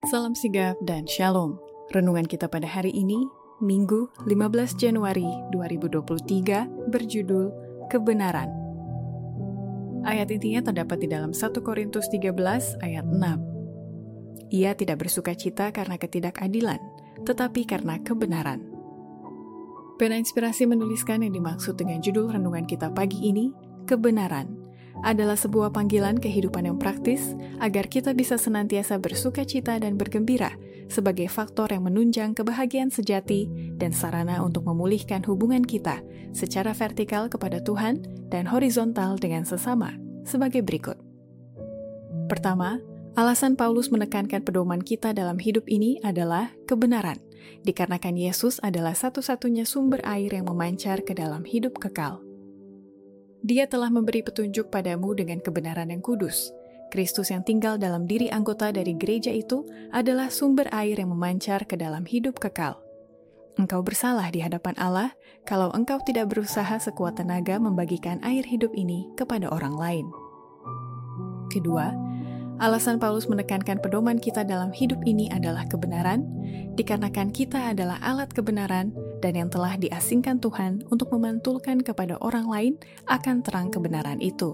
Salam sigap dan shalom. Renungan kita pada hari ini, Minggu 15 Januari 2023, berjudul Kebenaran. Ayat intinya terdapat di dalam 1 Korintus 13 ayat 6. Ia tidak bersukacita karena ketidakadilan, tetapi karena kebenaran. Pena Inspirasi menuliskan yang dimaksud dengan judul renungan kita pagi ini, Kebenaran, adalah sebuah panggilan kehidupan yang praktis agar kita bisa senantiasa bersukacita dan bergembira sebagai faktor yang menunjang kebahagiaan sejati dan sarana untuk memulihkan hubungan kita secara vertikal kepada Tuhan dan horizontal dengan sesama sebagai berikut. Pertama, alasan Paulus menekankan pedoman kita dalam hidup ini adalah kebenaran, dikarenakan Yesus adalah satu-satunya sumber air yang memancar ke dalam hidup kekal. Dia telah memberi petunjuk padamu dengan kebenaran yang kudus. Kristus yang tinggal dalam diri anggota dari gereja itu adalah sumber air yang memancar ke dalam hidup kekal. Engkau bersalah di hadapan Allah kalau engkau tidak berusaha sekuat tenaga membagikan air hidup ini kepada orang lain. Kedua, alasan Paulus menekankan pedoman kita dalam hidup ini adalah kebenaran, dikarenakan kita adalah alat kebenaran dan yang telah diasingkan Tuhan untuk memantulkan kepada orang lain akan terang kebenaran itu.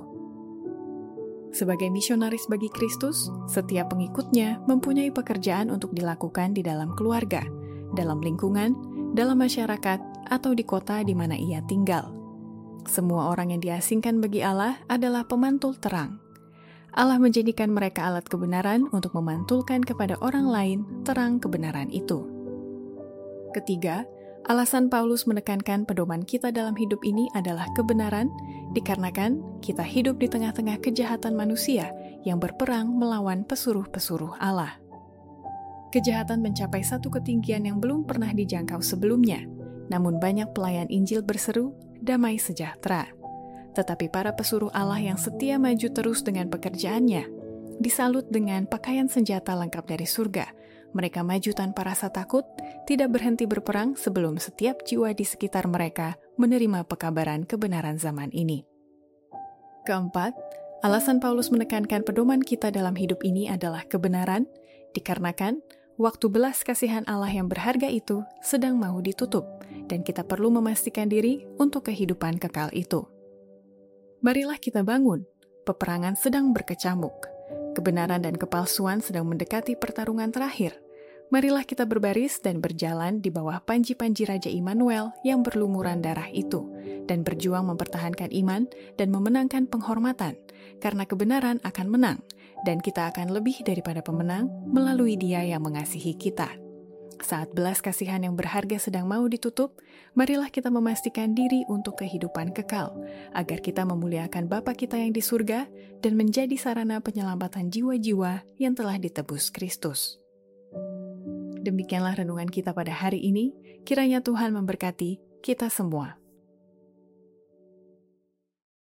Sebagai misionaris bagi Kristus, setiap pengikutnya mempunyai pekerjaan untuk dilakukan di dalam keluarga, dalam lingkungan, dalam masyarakat, atau di kota di mana ia tinggal. Semua orang yang diasingkan bagi Allah adalah pemantul terang. Allah menjadikan mereka alat kebenaran untuk memantulkan kepada orang lain terang kebenaran itu. Ketiga, alasan Paulus menekankan pedoman kita dalam hidup ini adalah kebenaran, dikarenakan kita hidup di tengah-tengah kejahatan manusia yang berperang melawan pesuruh-pesuruh Allah. Kejahatan mencapai satu ketinggian yang belum pernah dijangkau sebelumnya, namun banyak pelayan Injil berseru, damai sejahtera. Tetapi para pesuruh Allah yang setia maju terus dengan pekerjaannya, disalut dengan pakaian senjata lengkap dari surga. Mereka maju tanpa rasa takut, tidak berhenti berperang sebelum setiap jiwa di sekitar mereka menerima pekabaran kebenaran zaman ini. Keempat, alasan Paulus menekankan pedoman kita dalam hidup ini adalah kebenaran, dikarenakan waktu belas kasihan Allah yang berharga itu sedang mau ditutup, dan kita perlu memastikan diri untuk kehidupan kekal itu. Marilah kita bangun, peperangan sedang berkecamuk. Kebenaran dan kepalsuan sedang mendekati pertarungan terakhir. Marilah kita berbaris dan berjalan di bawah panji-panji Raja Immanuel yang berlumuran darah itu, dan berjuang mempertahankan iman dan memenangkan penghormatan, karena kebenaran akan menang, dan kita akan lebih daripada pemenang melalui Dia yang mengasihi kita. Saat belas kasihan yang berharga sedang mau ditutup, marilah kita memastikan diri untuk kehidupan kekal, agar kita memuliakan Bapa kita yang di surga dan menjadi sarana penyelamatan jiwa-jiwa yang telah ditebus Kristus. Demikianlah renungan kita pada hari ini, kiranya Tuhan memberkati kita semua.